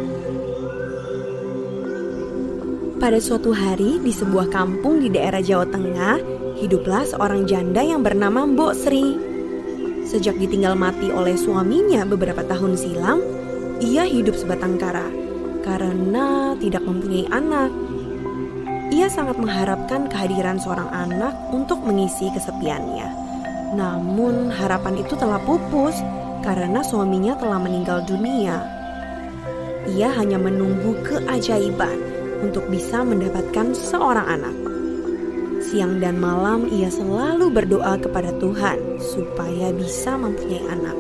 Pada suatu hari di sebuah kampung di daerah Jawa Tengah, hiduplah seorang janda yang bernama Mbok Sri. Sejak ditinggal mati oleh suaminya beberapa tahun silam, ia hidup sebatang kara karena tidak mempunyai anak. Ia sangat mengharapkan kehadiran seorang anak untuk mengisi kesepiannya. Namun harapan itu telah pupus karena suaminya telah meninggal dunia. Ia hanya menunggu keajaiban untuk bisa mendapatkan seorang anak. Siang dan malam ia selalu berdoa kepada Tuhan supaya bisa mempunyai anak.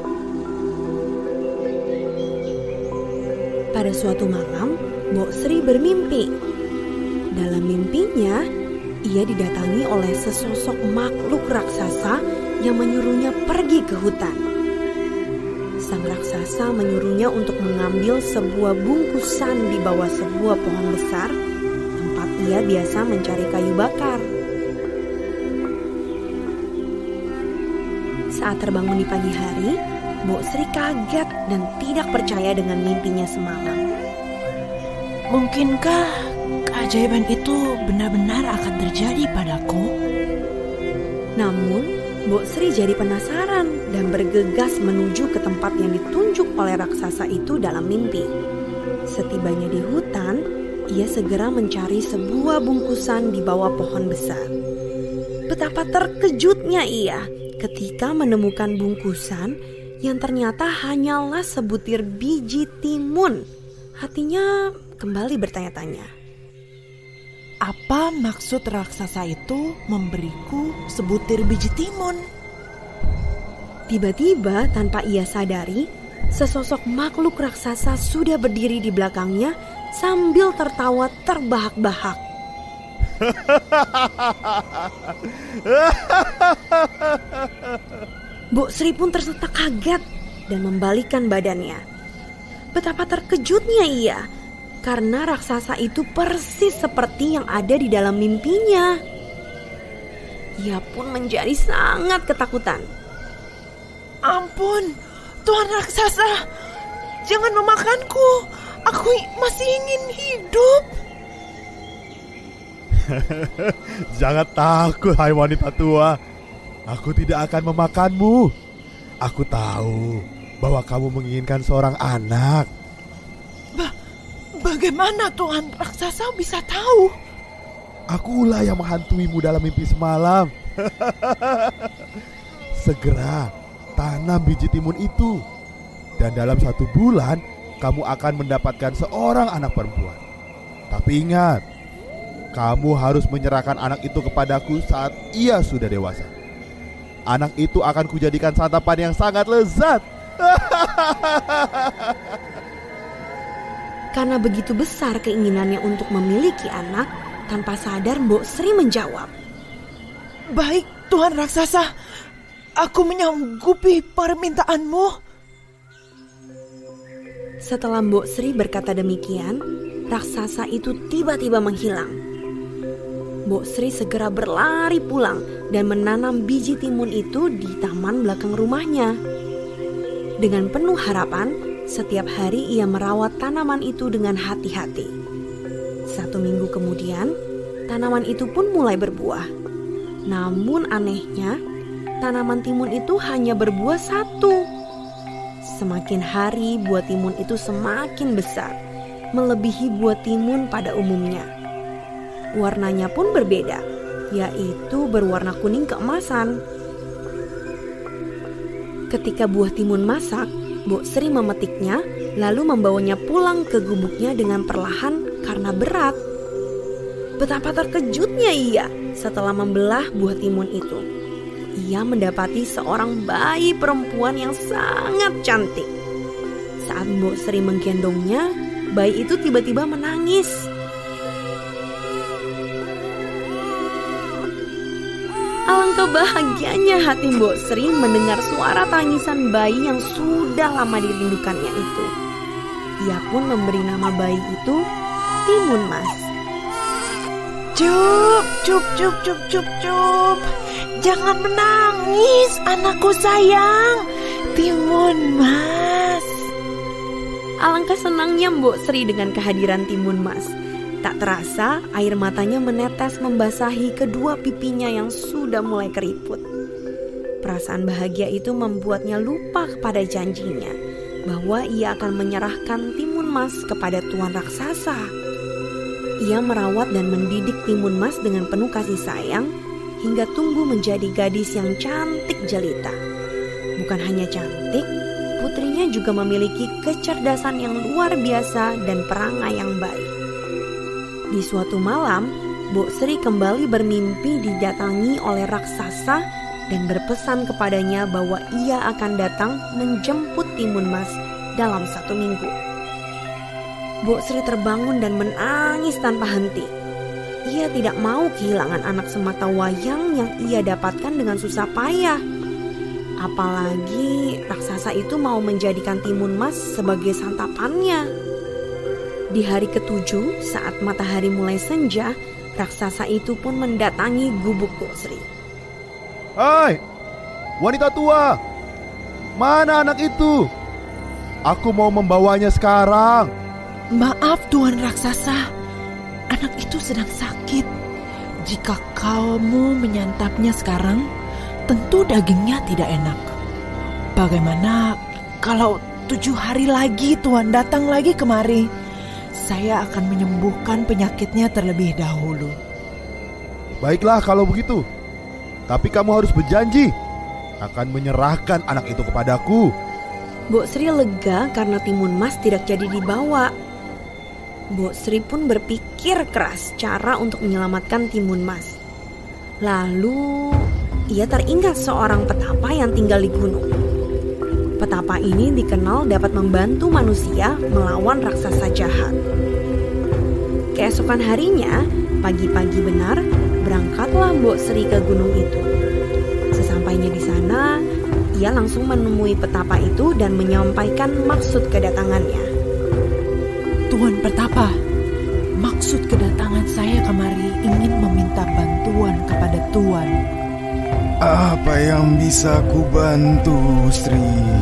Pada suatu malam, Mbok Sri bermimpi. Dalam mimpinya, ia didatangi oleh sesosok makhluk raksasa yang menyuruhnya pergi ke hutan. Sang raksasa menyuruhnya untuk mengambil sebuah bungkusan di bawah sebuah pohon besar, tempat ia biasa mencari kayu bakar. Saat terbangun di pagi hari, Mbok Sri kaget dan tidak percaya dengan mimpinya semalam. Mungkinkah keajaiban itu benar-benar akan terjadi padaku? Namun, Mbok Sri jadi penasaran dan bergegas menuju ke tempat yang ditunjuk oleh raksasa itu dalam mimpi. Setibanya di hutan, ia segera mencari sebuah bungkusan di bawah pohon besar. Betapa terkejutnya ia ketika menemukan bungkusan yang ternyata hanyalah sebutir biji timun. Hatinya kembali bertanya-tanya. Apa maksud raksasa itu memberiku sebutir biji timun? Tiba-tiba tanpa ia sadari, sesosok makhluk raksasa sudah berdiri di belakangnya sambil tertawa terbahak-bahak. Mbok Sri pun tersentak kaget dan membalikkan badannya. Betapa terkejutnya ia, karena raksasa itu persis seperti yang ada di dalam mimpinya. Ia pun menjadi sangat ketakutan. Ampun, Tuan raksasa, jangan memakanku. Aku masih ingin hidup. Jangan takut, hai wanita tua. Aku tidak akan memakanmu. Aku tahu bahwa kamu menginginkan seorang anak. Bagaimana Tuan raksasa bisa tahu? Akulah yang menghantuimu dalam mimpi semalam. Segera tanam biji timun itu, dan dalam 1 bulan kamu akan mendapatkan seorang anak perempuan. Tapi ingat, kamu harus menyerahkan anak itu kepadaku saat ia sudah dewasa. Anak itu akan kujadikan santapan yang sangat lezat. Karena begitu besar keinginannya untuk memiliki anak, tanpa sadar Mbok Sri menjawab. Baik Tuan raksasa, aku menyanggupi permintaanmu. Setelah Mbok Sri berkata demikian, raksasa itu tiba-tiba menghilang. Mbok Sri segera berlari pulang dan menanam biji timun itu di taman belakang rumahnya. Dengan penuh harapan, setiap hari ia merawat tanaman itu dengan hati-hati. 1 minggu kemudian, tanaman itu pun mulai berbuah. Namun anehnya, tanaman timun itu hanya berbuah 1. Semakin hari buah timun itu semakin besar, melebihi buah timun pada umumnya. Warnanya pun berbeda, yaitu berwarna kuning keemasan. Ketika buah timun masak, Mbok Sri memetiknya lalu membawanya pulang ke gubuknya dengan perlahan karena berat. Betapa terkejutnya ia setelah membelah buah timun itu. Ia mendapati seorang bayi perempuan yang sangat cantik. Saat Mbok Sri menggendongnya, bayi itu tiba-tiba menangis. Alangkah bahagianya hati Mbok Sri mendengar suara tangisan bayi yang sudah lama dirindukannya itu. Ia pun memberi nama bayi itu Timun Mas. Cup, cup, cup, cup, cup, cup. Jangan menangis, anakku sayang. Timun Mas. Alangkah senangnya Mbok Sri dengan kehadiran Timun Mas. Tak terasa air matanya menetes membasahi kedua pipinya yang sudah mulai keriput. Perasaan bahagia itu membuatnya lupa kepada janjinya bahwa ia akan menyerahkan Timun Mas kepada Tuan Raksasa. Ia merawat dan mendidik Timun Mas dengan penuh kasih sayang hingga tumbuh menjadi gadis yang cantik jelita. Bukan hanya cantik, putrinya juga memiliki kecerdasan yang luar biasa dan perangai yang baik. Di suatu malam, Mbok Sri kembali bermimpi didatangi oleh raksasa dan berpesan kepadanya bahwa ia akan datang menjemput Timun Mas dalam 1 minggu. Mbok Sri terbangun dan menangis tanpa henti. Ia tidak mau kehilangan anak semata wayang yang ia dapatkan dengan susah payah. Apalagi raksasa itu mau menjadikan Timun Mas sebagai santapannya. Di hari ke-7 saat matahari mulai senja, raksasa itu pun mendatangi gubuk Mbok Sri. Hai, wanita tua, mana anak itu? Aku mau membawanya sekarang. Maaf Tuan Raksasa, anak itu sedang sakit. Jika kamu menyantapnya sekarang, tentu dagingnya tidak enak. Bagaimana kalau 7 hari lagi Tuan datang lagi kemari? Saya akan menyembuhkan penyakitnya terlebih dahulu. Baiklah kalau begitu. Tapi kamu harus berjanji akan menyerahkan anak itu kepadaku. Mbok Sri lega karena Timun Mas tidak jadi dibawa. Mbok Sri pun berpikir keras cara untuk menyelamatkan Timun Mas. Lalu ia teringat seorang petapa yang tinggal di gunung. Petapa ini dikenal dapat membantu manusia melawan raksasa jahat. Keesokan harinya, pagi-pagi benar, berangkatlah Mbok Sri ke gunung itu. Sesampainya di sana, ia langsung menemui petapa itu dan menyampaikan maksud kedatangannya. Tuan Petapa, maksud kedatangan saya kemari ingin meminta bantuan kepada Tuan. Apa yang bisa ku bantu, Sri?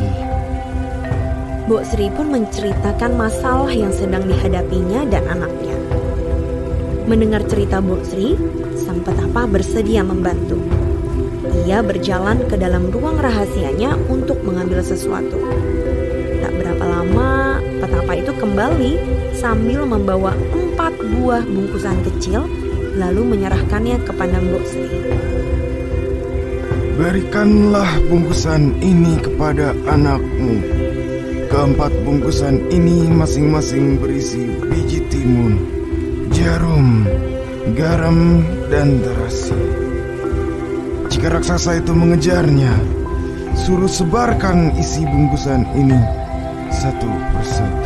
Mbok Sri pun menceritakan masalah yang sedang dihadapinya dan anaknya. Mendengar cerita Mbok Sri, sang petapa bersedia membantu. Ia berjalan ke dalam ruang rahasianya untuk mengambil sesuatu. Tak berapa lama, petapa itu kembali sambil membawa 4 buah bungkusan kecil, lalu menyerahkannya kepada Mbok Sri. Berikanlah bungkusan ini kepada anakmu. Keempat bungkusan ini masing-masing berisi biji timun, jarum, garam, dan terasi. Jika raksasa itu mengejarnya, suruh sebarkan isi bungkusan ini satu persatu.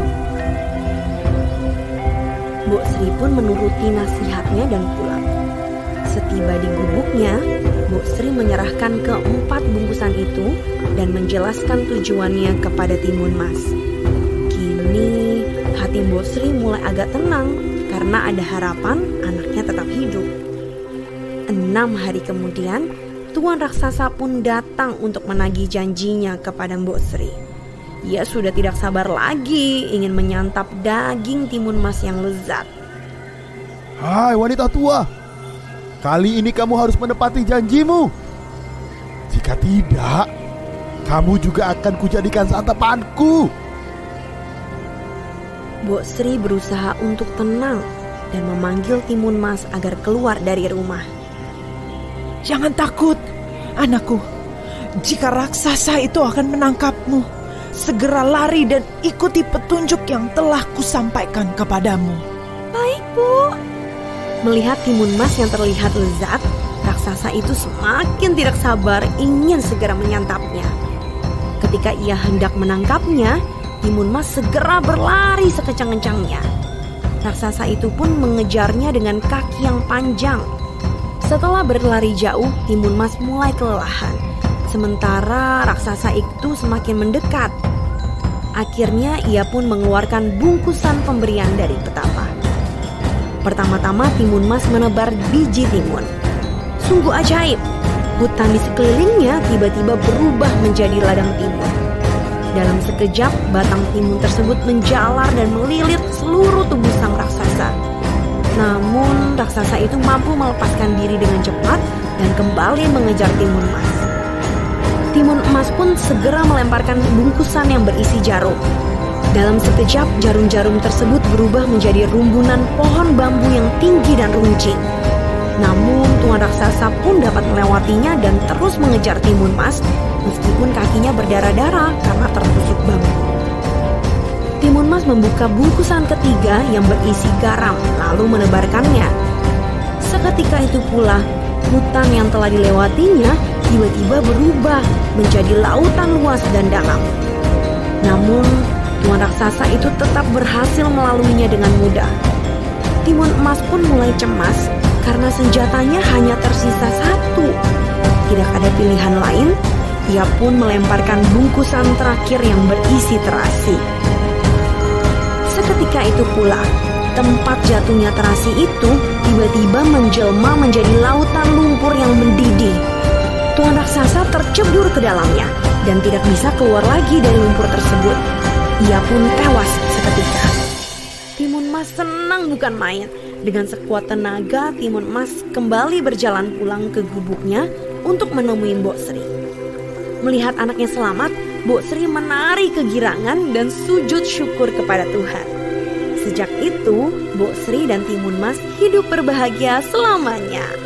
Mbok Sri pun menuruti nasihatnya dan pulang. Setiba di gubuknya, Mbok Sri menyerahkan keempat bungkusan itu dan menjelaskan tujuannya kepada Timun Mas. Kini hati Mbok Sri mulai agak tenang karena ada harapan anaknya tetap hidup. 6 hari kemudian, Tuan Raksasa pun datang untuk menagih janjinya kepada Mbok Sri. Ia sudah tidak sabar lagi ingin menyantap daging Timun Mas yang lezat. Hai wanita tua, kali ini kamu harus menepati janjimu. Jika tidak, kamu juga akan kujadikan santapanku. Mbok Sri berusaha untuk tenang dan memanggil Timun Mas agar keluar dari rumah. Jangan takut, anakku. Jika raksasa itu akan menangkapmu, segera lari dan ikuti petunjuk yang telah kusampaikan kepadamu. Baik, Bu. Melihat Timun Mas yang terlihat lezat, raksasa itu semakin tidak sabar ingin segera menyantapnya. Ketika ia hendak menangkapnya, Timun Mas segera berlari sekencang-kencangnya. Raksasa itu pun mengejarnya dengan kaki yang panjang. Setelah berlari jauh, Timun Mas mulai kelelahan. Sementara raksasa itu semakin mendekat. Akhirnya ia pun mengeluarkan bungkusan pemberian dari petapa. Pertama-tama Timun Mas menebar biji timun. Sungguh ajaib, hutan di sekelilingnya tiba-tiba berubah menjadi ladang timun. Dalam sekejap, batang timun tersebut menjalar dan melilit seluruh tubuh sang raksasa. Namun, raksasa itu mampu melepaskan diri dengan cepat dan kembali mengejar timun emas. Timun emas pun segera melemparkan bungkusan yang berisi jarum. Dalam sekejap, jarum-jarum tersebut berubah menjadi rumbunan pohon bambu yang tinggi dan runcing. Namun, tuan raksasa pun dapat melewatinya dan terus mengejar timun emas, meskipun kakinya berdarah-darah karena tertusuk bambu. Timun emas membuka bungkusan ketiga yang berisi garam, lalu menebarkannya. Seketika itu pula, hutan yang telah dilewatinya tiba-tiba berubah menjadi lautan luas dan dalam. Namun, tuan raksasa itu tetap berhasil melaluinya dengan mudah. Timun emas pun mulai cemas karena senjatanya hanya tersisa satu. Tidak ada pilihan lain, ia pun melemparkan bungkusan terakhir yang berisi terasi. Seketika itu pula, tempat jatuhnya terasi itu tiba-tiba menjelma menjadi lautan lumpur yang mendidih. Tuan raksasa tercebur ke dalamnya dan tidak bisa keluar lagi dari lumpur tersebut. Ia pun tewas seketika. Timun emas senang bukan main. Dengan sekuat tenaga, timun emas kembali berjalan pulang ke gubuknya untuk menemui Mbok Sri. Melihat anaknya selamat, Mbok Sri menari kegirangan dan sujud syukur kepada Tuhan. Sejak itu, Mbok Sri dan timun emas hidup berbahagia selamanya.